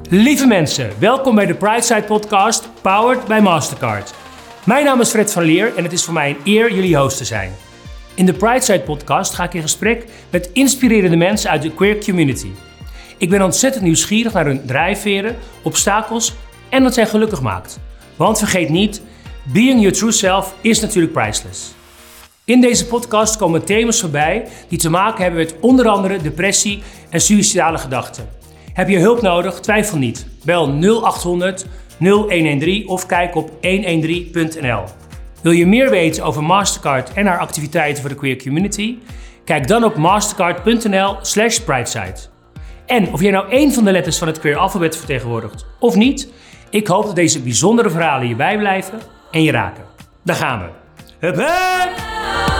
Lieve mensen, welkom bij de Prideside podcast, powered by Mastercard. Mijn naam is Fred van Leer en het is voor mij een eer jullie host te zijn. In de Prideside podcast ga ik in gesprek met inspirerende mensen uit de queer community. Ik ben ontzettend nieuwsgierig naar hun drijfveren, obstakels en wat zij gelukkig maakt. Want vergeet niet, being your true self is natuurlijk priceless. In deze podcast komen thema's voorbij die te maken hebben met onder andere depressie en suïcidale gedachten. Heb je hulp nodig? Twijfel niet. Bel 0800 0113 of kijk op 113.nl. Wil je meer weten over Mastercard en haar activiteiten voor de queer community? Kijk dan op mastercard.nl/prideside. En of jij nou één van de letters van het queer alfabet vertegenwoordigt of niet, ik hoop dat deze bijzondere verhalen je bijblijven en je raken. Daar gaan we. Hup, hup!